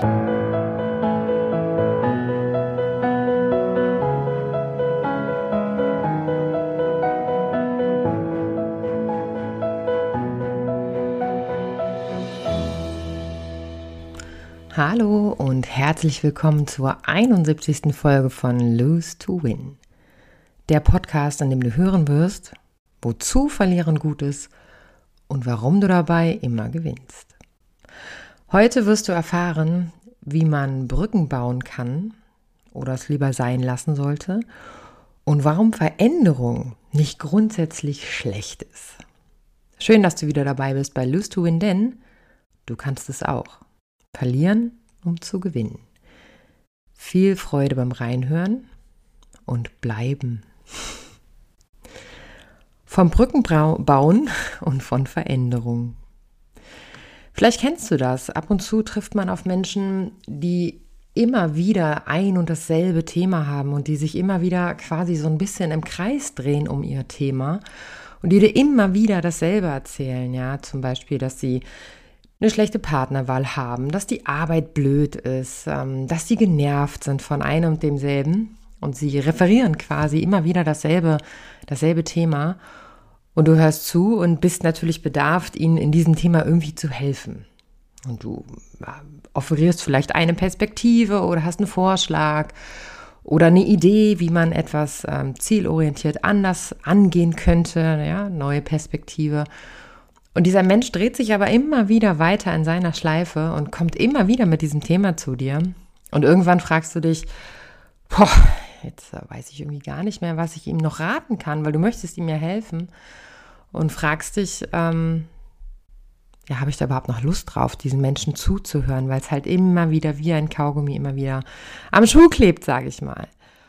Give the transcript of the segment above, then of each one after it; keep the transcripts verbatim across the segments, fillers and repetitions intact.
Hallo und herzlich willkommen zur einundsiebzigsten Folge von Lose to Win. Der Podcast, an dem du hören wirst, wozu Verlieren gut ist und warum du dabei immer gewinnst. Heute wirst du erfahren, wie man Brücken bauen kann oder es lieber sein lassen sollte und warum Veränderung nicht grundsätzlich schlecht ist. Schön, dass du wieder dabei bist bei Lose to Win, denn du kannst es auch. Verlieren, um zu gewinnen. Viel Freude beim Reinhören und bleiben. Vom Brückenbauen und von Veränderung. Vielleicht kennst du das. Ab und zu trifft man auf Menschen, die immer wieder ein und dasselbe Thema haben und die sich immer wieder quasi so ein bisschen im Kreis drehen um ihr Thema und die dir immer wieder dasselbe erzählen. Ja, zum Beispiel, dass sie eine schlechte Partnerwahl haben, dass die Arbeit blöd ist, dass sie genervt sind von einem und demselben und sie referieren quasi immer wieder dasselbe, dasselbe Thema und du hörst zu und bist natürlich bedarft, ihnen in diesem Thema irgendwie zu helfen. Und du offerierst vielleicht eine Perspektive oder hast einen Vorschlag oder eine Idee, wie man etwas ähm, zielorientiert anders angehen könnte, ja, neue Perspektive. Und dieser Mensch dreht sich aber immer wieder weiter in seiner Schleife und kommt immer wieder mit diesem Thema zu dir. Und irgendwann fragst du dich, boah, jetzt weiß ich irgendwie gar nicht mehr, was ich ihm noch raten kann, weil du möchtest ihm ja helfen. Und fragst dich, ähm, ja, habe ich da überhaupt noch Lust drauf, diesen Menschen zuzuhören, weil es halt immer wieder wie ein Kaugummi immer wieder am Schuh klebt, sage ich mal.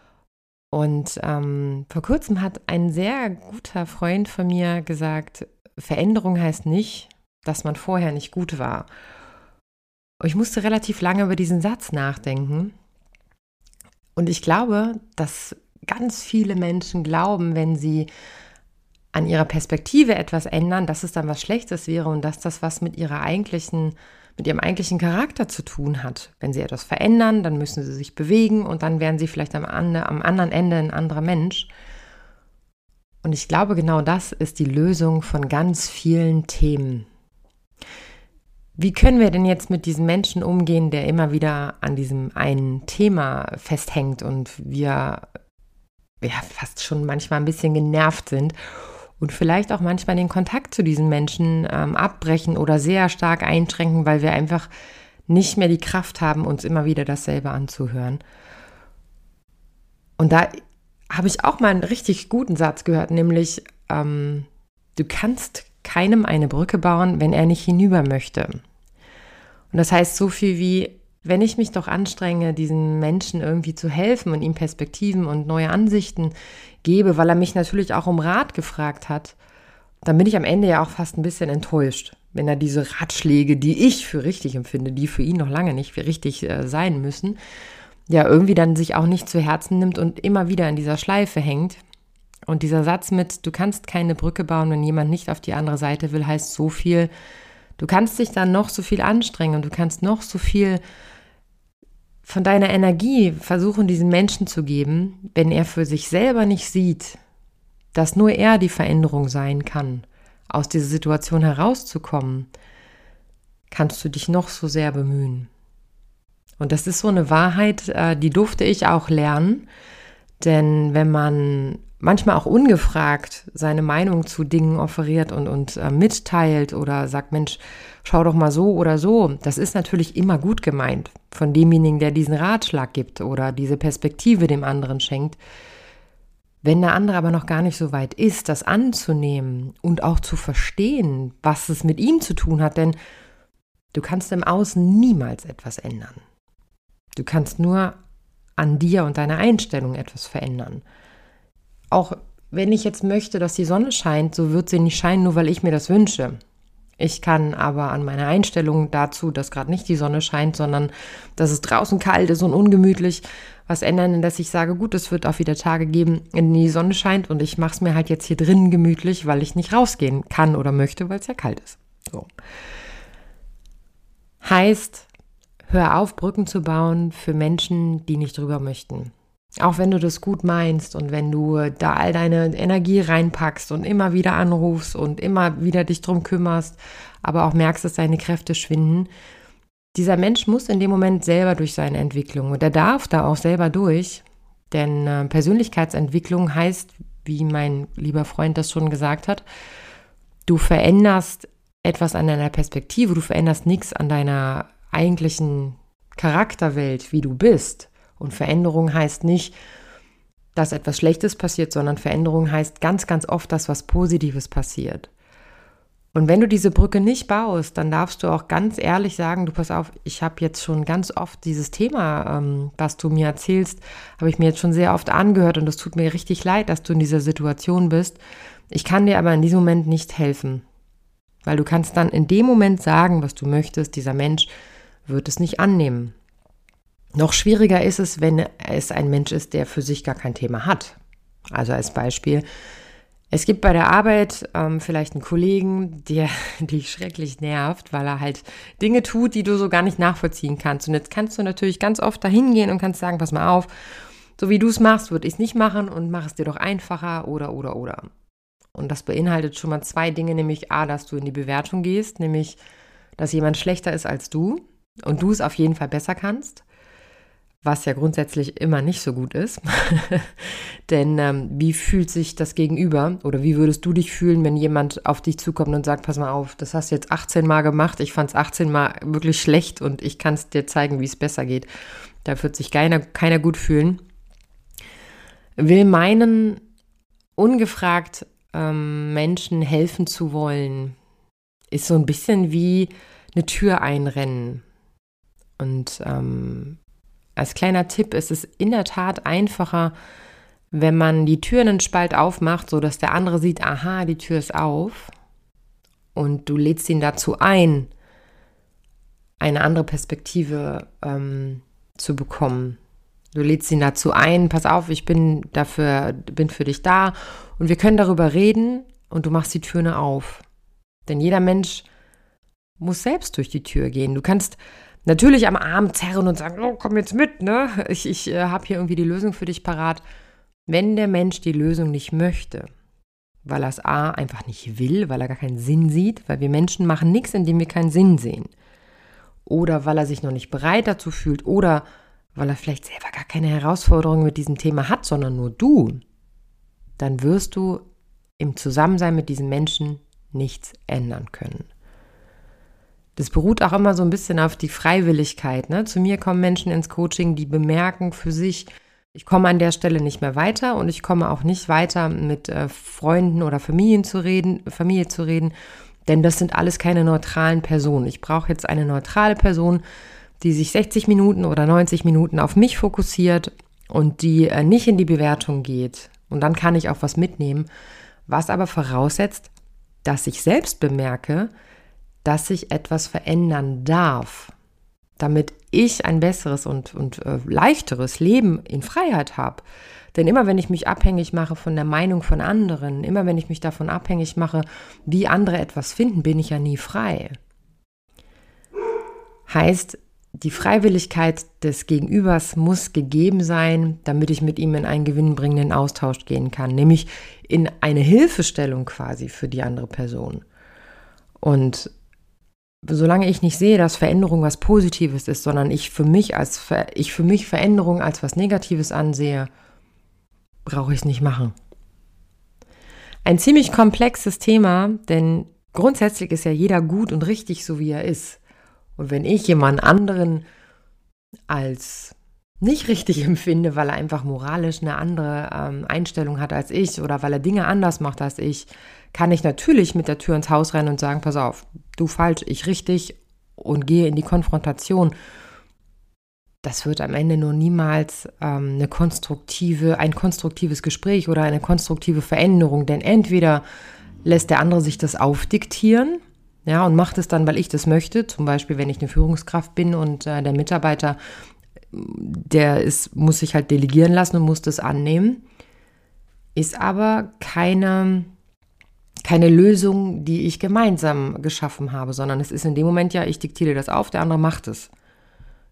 Und ähm, vor kurzem hat ein sehr guter Freund von mir gesagt, Veränderung heißt nicht, dass man vorher nicht gut war. Ich musste relativ lange über diesen Satz nachdenken. Und ich glaube, dass ganz viele Menschen glauben, wenn sie an ihrer Perspektive etwas ändern, dass es dann was Schlechtes wäre und dass das was mit ihrer eigentlichen, mit ihrem eigentlichen Charakter zu tun hat. Wenn sie etwas verändern, dann müssen sie sich bewegen und dann werden sie vielleicht am, am anderen Ende ein anderer Mensch. Und ich glaube, genau das ist die Lösung von ganz vielen Themen. Wie können wir denn jetzt mit diesem Menschen umgehen, der immer wieder an diesem einen Thema festhängt und wir ja, fast schon manchmal ein bisschen genervt sind und vielleicht auch manchmal den Kontakt zu diesen Menschen ähm, abbrechen oder sehr stark einschränken, weil wir einfach nicht mehr die Kraft haben, uns immer wieder dasselbe anzuhören. Und da habe ich auch mal einen richtig guten Satz gehört, nämlich, ähm, du kannst keinem eine Brücke bauen, wenn er nicht hinüber möchte. Und das heißt so viel wie, wenn ich mich doch anstrenge, diesen Menschen irgendwie zu helfen und ihm Perspektiven und neue Ansichten gebe, weil er mich natürlich auch um Rat gefragt hat, dann bin ich am Ende ja auch fast ein bisschen enttäuscht, wenn er diese Ratschläge, die ich für richtig empfinde, die für ihn noch lange nicht für richtig äh, sein müssen, ja irgendwie dann sich auch nicht zu Herzen nimmt und immer wieder in dieser Schleife hängt. Und dieser Satz mit, du kannst keine Brücke bauen, wenn jemand nicht auf die andere Seite will, heißt so viel, du kannst dich dann noch so viel anstrengen und du kannst noch so viel von deiner Energie versuchen, diesem Menschen zu geben, wenn er für sich selber nicht sieht, dass nur er die Veränderung sein kann, aus dieser Situation herauszukommen, kannst du dich noch so sehr bemühen. Und das ist so eine Wahrheit, die durfte ich auch lernen, denn wenn man manchmal auch ungefragt seine Meinung zu Dingen offeriert und, und äh, mitteilt oder sagt, Mensch, schau doch mal so oder so, das ist natürlich immer gut gemeint von demjenigen, der diesen Ratschlag gibt oder diese Perspektive dem anderen schenkt. Wenn der andere aber noch gar nicht so weit ist, das anzunehmen und auch zu verstehen, was es mit ihm zu tun hat, denn du kannst im Außen niemals etwas ändern. Du kannst nur an dir und deiner Einstellung etwas verändern. Auch wenn ich jetzt möchte, dass die Sonne scheint, so wird sie nicht scheinen, nur weil ich mir das wünsche. Ich kann aber an meiner Einstellung dazu, dass gerade nicht die Sonne scheint, sondern dass es draußen kalt ist und ungemütlich, was ändern, dass ich sage, gut, es wird auch wieder Tage geben, in denen die Sonne scheint und ich mache es mir halt jetzt hier drinnen gemütlich, weil ich nicht rausgehen kann oder möchte, weil es ja kalt ist. So. Heißt, Hör auf, Brücken zu bauen für Menschen, die nicht drüber möchten. Auch wenn du das gut meinst und wenn du da all deine Energie reinpackst und immer wieder anrufst und immer wieder dich drum kümmerst, aber auch merkst, dass deine Kräfte schwinden. Dieser Mensch muss in dem Moment selber durch seine Entwicklung und er darf da auch selber durch, denn äh, Persönlichkeitsentwicklung heißt, wie mein lieber Freund das schon gesagt hat, du veränderst etwas an deiner Perspektive, du veränderst nichts an deiner eigentlichen Charakterwelt, wie du bist. Und Veränderung heißt nicht, dass etwas Schlechtes passiert, sondern Veränderung heißt ganz, ganz oft, dass was Positives passiert. Und wenn du diese Brücke nicht baust, dann darfst du auch ganz ehrlich sagen, du pass auf, ich habe jetzt schon ganz oft dieses Thema, ähm, was du mir erzählst, habe ich mir jetzt schon sehr oft angehört und es tut mir richtig leid, dass du in dieser Situation bist. Ich kann dir aber in diesem Moment nicht helfen, weil du kannst dann in dem Moment sagen, was du möchtest, dieser Mensch wird es nicht annehmen. Noch schwieriger ist es, wenn es ein Mensch ist, der für sich gar kein Thema hat. Also als Beispiel, es gibt bei der Arbeit ähm, vielleicht einen Kollegen, der dich schrecklich nervt, weil er halt Dinge tut, die du so gar nicht nachvollziehen kannst. Und jetzt kannst du natürlich ganz oft dahin gehen und kannst sagen, pass mal auf, so wie du es machst, würde ich es nicht machen und mach es dir doch einfacher oder, oder, oder. Und das beinhaltet schon mal zwei Dinge, nämlich A, dass du in die Bewertung gehst, nämlich, dass jemand schlechter ist als du und du es auf jeden Fall besser kannst. Was ja grundsätzlich immer nicht so gut ist. Denn ähm, wie fühlt sich das Gegenüber oder wie würdest du dich fühlen, wenn jemand auf dich zukommt und sagt, pass mal auf, das hast du jetzt achtzehn Mal gemacht, ich fand es achtzehn Mal wirklich schlecht und ich kann es dir zeigen, wie es besser geht. Da wird sich keiner, keiner gut fühlen. Will meinen, ungefragt ähm, Menschen helfen zu wollen, ist so ein bisschen wie eine Tür einrennen. Und ähm, als kleiner Tipp ist es in der Tat einfacher, wenn man die Tür einen Spalt aufmacht, sodass der andere sieht, aha, die Tür ist auf und du lädst ihn dazu ein, eine andere Perspektive ähm, zu bekommen. Du lädst ihn dazu ein, pass auf, ich bin dafür, bin für dich da und wir können darüber reden und du machst die Tür nur auf. Denn jeder Mensch muss selbst durch die Tür gehen. Du kannst natürlich am Arm zerren und sagen, oh, komm jetzt mit, ne? Ich, ich äh, habe hier irgendwie die Lösung für dich parat. Wenn der Mensch die Lösung nicht möchte, weil er es A einfach nicht will, weil er gar keinen Sinn sieht, weil wir Menschen machen nichts, indem wir keinen Sinn sehen. Oder weil er sich noch nicht bereit dazu fühlt oder weil er vielleicht selber gar keine Herausforderung mit diesem Thema hat, sondern nur du, dann wirst du im Zusammensein mit diesem Menschen nichts ändern können. Das beruht auch immer so ein bisschen auf die Freiwilligkeit. Ne? Zu mir kommen Menschen ins Coaching, die bemerken für sich, ich komme an der Stelle nicht mehr weiter und ich komme auch nicht weiter mit äh, Freunden oder Familien zu reden, Familie zu reden, denn das sind alles keine neutralen Personen. Ich brauche jetzt eine neutrale Person, die sich sechzig Minuten oder neunzig Minuten auf mich fokussiert und die äh, nicht in die Bewertung geht. Und dann kann ich auch was mitnehmen, was aber voraussetzt, dass ich selbst bemerke, dass sich etwas verändern darf, damit ich ein besseres und, und äh, leichteres Leben in Freiheit habe. Denn immer wenn ich mich abhängig mache von der Meinung von anderen, immer wenn ich mich davon abhängig mache, wie andere etwas finden, bin ich ja nie frei. Heißt, die Freiwilligkeit des Gegenübers muss gegeben sein, damit ich mit ihm in einen gewinnbringenden Austausch gehen kann, nämlich in eine Hilfestellung quasi für die andere Person. Und solange ich nicht sehe, dass Veränderung was Positives ist, sondern ich für mich als ich für mich Veränderung als was Negatives ansehe, brauche ich es nicht machen. Ein ziemlich komplexes Thema, denn grundsätzlich ist ja jeder gut und richtig, so wie er ist. Und wenn ich jemand anderen als nicht richtig empfinde, weil er einfach moralisch eine andere ähm, Einstellung hat als ich oder weil er Dinge anders macht als ich, kann ich natürlich mit der Tür ins Haus rennen und sagen, pass auf, du falsch, ich richtig und gehe in die Konfrontation. Das wird am Ende nur niemals ähm, eine konstruktive, ein konstruktives Gespräch oder eine konstruktive Veränderung, denn entweder lässt der andere sich das aufdiktieren, ja, und macht es dann, weil ich das möchte, zum Beispiel, wenn ich eine Führungskraft bin und äh, der Mitarbeiter, der ist, muss sich halt delegieren lassen und muss das annehmen, ist aber keine, keine Lösung, die ich gemeinsam geschaffen habe, sondern es ist in dem Moment ja, ich diktiere das auf, der andere macht es.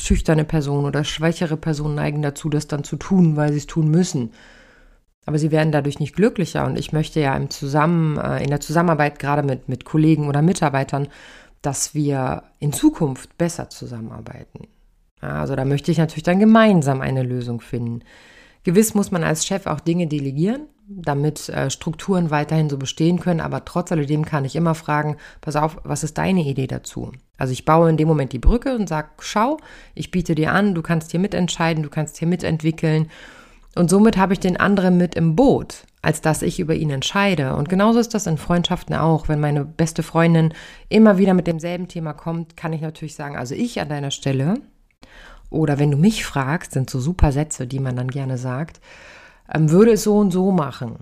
schüchterne Personen oder schwächere Personen neigen dazu, das dann zu tun, weil sie es tun müssen. Aber sie werden dadurch nicht glücklicher und ich möchte ja im Zusammen, äh, in der Zusammenarbeit gerade mit, mit Kollegen oder Mitarbeitern, dass wir in Zukunft besser zusammenarbeiten. Ja, also da möchte ich natürlich dann gemeinsam eine Lösung finden. Gewiss muss man als Chef auch Dinge delegieren, damit äh, Strukturen weiterhin so bestehen können, aber trotz alledem kann ich immer fragen, pass auf, was ist deine Idee dazu? Also ich baue in dem Moment die Brücke und sage, schau, ich biete dir an, du kannst hier mitentscheiden, du kannst hier mitentwickeln und somit habe ich den anderen mit im Boot, als dass ich über ihn entscheide. Und genauso ist das in Freundschaften auch. Wenn meine beste Freundin immer wieder mit demselben Thema kommt, kann ich natürlich sagen, also ich an deiner Stelle, oder wenn du mich fragst, sind so super Sätze, die man dann gerne sagt, ähm, würde es so und so machen.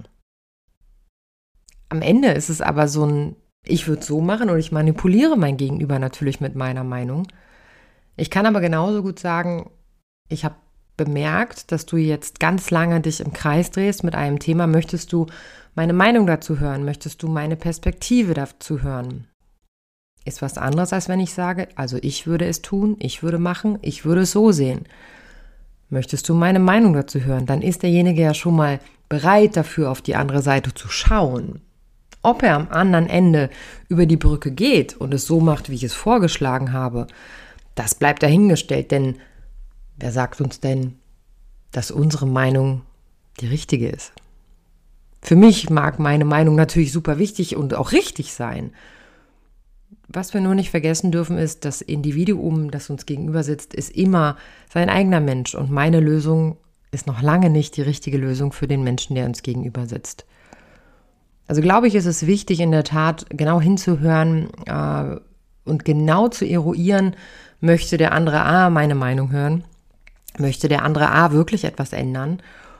Am Ende ist es aber so ein, ich würde es so machen und ich manipuliere mein Gegenüber natürlich mit meiner Meinung. Ich kann aber genauso gut sagen, ich habe bemerkt, dass du jetzt ganz lange dich im Kreis drehst mit einem Thema. Möchtest du meine Meinung dazu hören? Möchtest du meine Perspektive dazu hören? Ist was anderes, als wenn ich sage, also ich würde es tun, ich würde machen, ich würde es so sehen. Möchtest du meine Meinung dazu hören? Dann ist derjenige ja schon mal bereit dafür, auf die andere Seite zu schauen. Ob er am anderen Ende über die Brücke geht und es so macht, wie ich es vorgeschlagen habe, das bleibt dahingestellt, denn wer sagt uns denn, dass unsere Meinung die richtige ist? Für mich mag meine Meinung natürlich super wichtig und auch richtig sein. Was wir nur nicht vergessen dürfen, ist, das Individuum, das uns gegenüber sitzt, ist immer sein eigener Mensch und meine Lösung ist noch lange nicht die richtige Lösung für den Menschen, der uns gegenüber sitzt. Also glaube ich, ist es wichtig, in der Tat genau hinzuhören äh, und genau zu eruieren, möchte der andere A meine Meinung hören? Möchte der andere A wirklich etwas ändern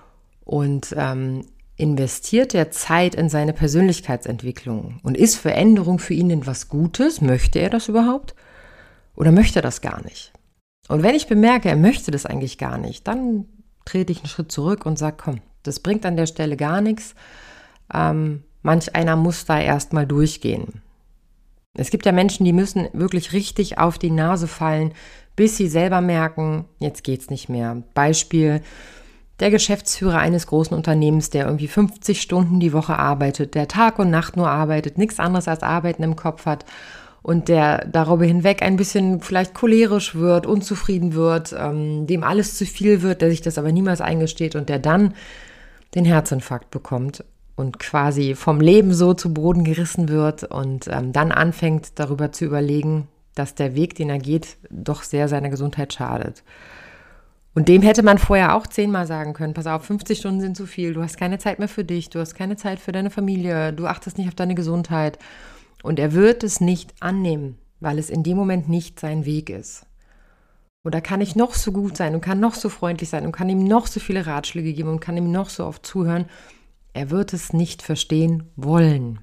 und ähm, investiert er Zeit in seine Persönlichkeitsentwicklung und ist Veränderung für ihn denn was Gutes? Möchte er das überhaupt oder möchte er das gar nicht? Und wenn ich bemerke, er möchte das eigentlich gar nicht, dann trete ich einen Schritt zurück und sage, komm, das bringt an der Stelle gar nichts. Ähm, manch einer muss da erstmal durchgehen. Es gibt ja Menschen, die müssen wirklich richtig auf die Nase fallen, bis sie selber merken, jetzt geht's nicht mehr. Beispiel, der Geschäftsführer eines großen Unternehmens, der irgendwie fünfzig Stunden die Woche arbeitet, der Tag und Nacht nur arbeitet, nichts anderes als Arbeiten im Kopf hat und der darüber hinweg ein bisschen vielleicht cholerisch wird, unzufrieden wird, ähm, dem alles zu viel wird, der sich das aber niemals eingesteht und der dann den Herzinfarkt bekommt und quasi vom Leben so zu Boden gerissen wird und ähm, dann anfängt darüber zu überlegen, dass der Weg, den er geht, doch sehr seiner Gesundheit schadet. Und dem hätte man vorher auch zehnmal sagen können, pass auf, fünfzig Stunden sind zu viel, du hast keine Zeit mehr für dich, du hast keine Zeit für deine Familie, du achtest nicht auf deine Gesundheit. Und er wird es nicht annehmen, weil es in dem Moment nicht sein Weg ist. Und da kann ich noch so gut sein und kann noch so freundlich sein und kann ihm noch so viele Ratschläge geben und kann ihm noch so oft zuhören. Er wird es nicht verstehen wollen.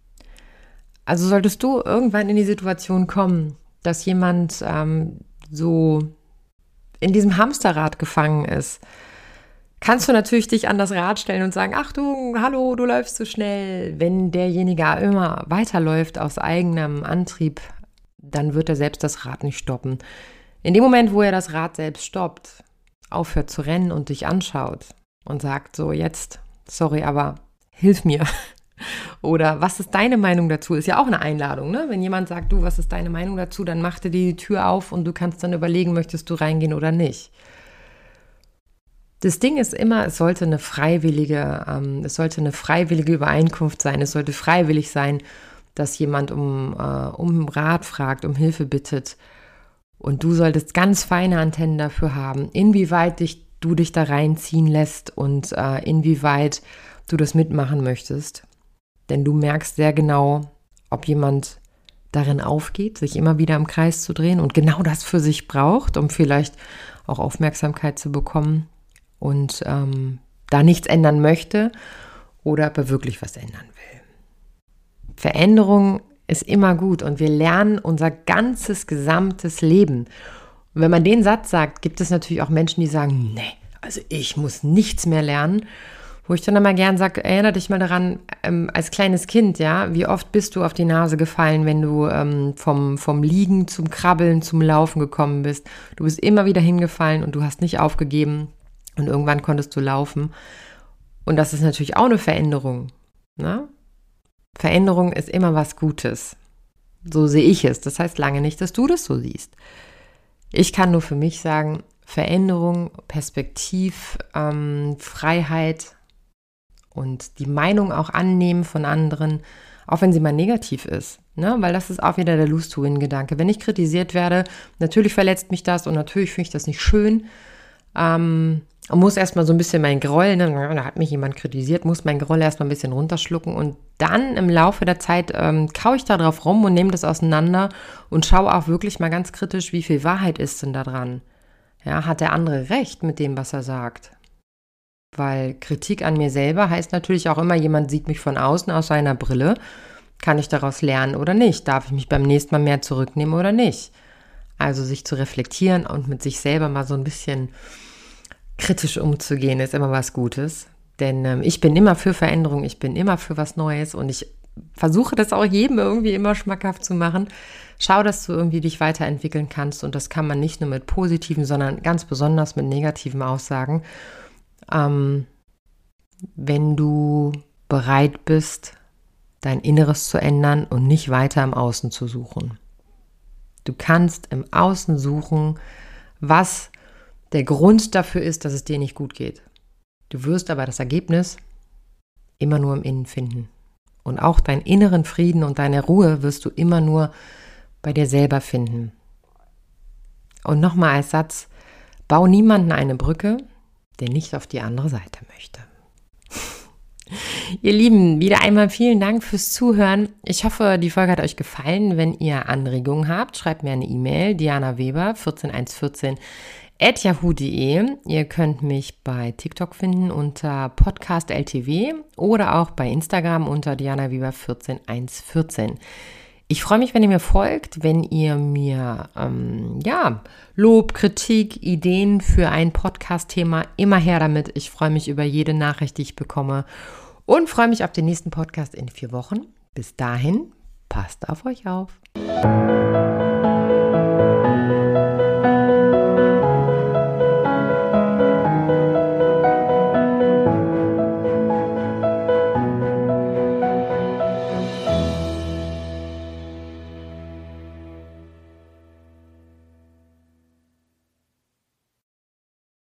Also solltest du irgendwann in die Situation kommen, dass jemand ähm, so in diesem Hamsterrad gefangen ist, kannst du natürlich dich an das Rad stellen und sagen, Achtung, hallo, du läufst zu schnell. Wenn derjenige immer weiterläuft aus eigenem Antrieb, dann wird er selbst das Rad nicht stoppen. In dem Moment, wo er das Rad selbst stoppt, aufhört zu rennen und dich anschaut und sagt so, jetzt, sorry, aber hilf mir. Oder was ist deine Meinung dazu? Ist ja auch eine Einladung, ne? Wenn jemand sagt, du, was ist deine Meinung dazu, dann macht er die Tür auf und du kannst dann überlegen, möchtest du reingehen oder nicht. Das Ding ist immer, es sollte eine freiwillige, ähm, es sollte eine freiwillige Übereinkunft sein. Es sollte freiwillig sein, dass jemand um, äh, um Rat fragt, um Hilfe bittet. Und du solltest ganz feine Antennen dafür haben, inwieweit dich, du dich da reinziehen lässt und äh, inwieweit du das mitmachen möchtest. Denn du merkst sehr genau, ob jemand darin aufgeht, sich immer wieder im Kreis zu drehen und genau das für sich braucht, um vielleicht auch Aufmerksamkeit zu bekommen und ähm, da nichts ändern möchte oder ob er wirklich was ändern will. Veränderung ist immer gut und wir lernen unser ganzes gesamtes Leben. Und wenn man den Satz sagt, gibt es natürlich auch Menschen, die sagen, nee, also ich muss nichts mehr lernen. Wo ich dann immer gern sage, erinnere dich mal daran, ähm, als kleines Kind, ja, wie oft bist du auf die Nase gefallen, wenn du ähm, vom, vom Liegen zum Krabbeln, zum Laufen gekommen bist. Du bist immer wieder hingefallen und du hast nicht aufgegeben und irgendwann konntest du laufen. Und das ist natürlich auch eine Veränderung, ne? Veränderung ist immer was Gutes. So sehe ich es. Das heißt lange nicht, dass du das so siehst. Ich kann nur für mich sagen, Veränderung, Perspektiv, ähm, Freiheit und die Meinung auch annehmen von anderen, auch wenn sie mal negativ ist. Ne? Weil das ist auch wieder der Lose-to-Win-Gedanke. Wenn ich kritisiert werde, natürlich verletzt mich das und natürlich finde ich das nicht schön. Ähm, und muss erstmal so ein bisschen mein Groll, ne? Da hat mich jemand kritisiert, muss mein Groll erstmal ein bisschen runterschlucken und dann im Laufe der Zeit ähm, kaue ich da drauf rum und nehme das auseinander und schaue auch wirklich mal ganz kritisch, wie viel Wahrheit ist denn da dran. Ja, hat der andere recht mit dem, was er sagt? Weil Kritik an mir selber heißt natürlich auch immer, jemand sieht mich von außen aus seiner Brille. Kann ich daraus lernen oder nicht? Darf ich mich beim nächsten Mal mehr zurücknehmen oder nicht? Also sich zu reflektieren und mit sich selber mal so ein bisschen kritisch umzugehen, ist immer was Gutes. Denn ähm, ich bin immer für Veränderung, ich bin immer für was Neues und ich versuche das auch jedem irgendwie immer schmackhaft zu machen. Schau, dass du irgendwie dich weiterentwickeln kannst und das kann man nicht nur mit positiven, sondern ganz besonders mit negativen Aussagen. Ähm, wenn du bereit bist, dein Inneres zu ändern und nicht weiter im Außen zu suchen. Du kannst im Außen suchen, was der Grund dafür ist, dass es dir nicht gut geht. Du wirst aber das Ergebnis immer nur im Innen finden. Und auch deinen inneren Frieden und deine Ruhe wirst du immer nur bei dir selber finden. Und nochmal als Satz, bau niemanden eine Brücke, der nicht auf die andere Seite möchte. Ihr Lieben, wieder einmal vielen Dank fürs Zuhören. Ich hoffe, die Folge hat euch gefallen. Wenn ihr Anregungen habt, schreibt mir eine E-Mail, Diana Weber, vierzehn eins vierzehn at yahoo punkt de. Ihr könnt mich bei TikTok finden unter Podcast L T W oder auch bei Instagram unter Diana Weber vierzehn eins vierzehn. Ich freue mich, wenn ihr mir folgt, wenn ihr mir ähm, ja, Lob, Kritik, Ideen für ein Podcast-Thema, immer her damit. Ich freue mich über jede Nachricht, die ich bekomme und freue mich auf den nächsten Podcast in vier Wochen. Bis dahin, passt auf euch auf.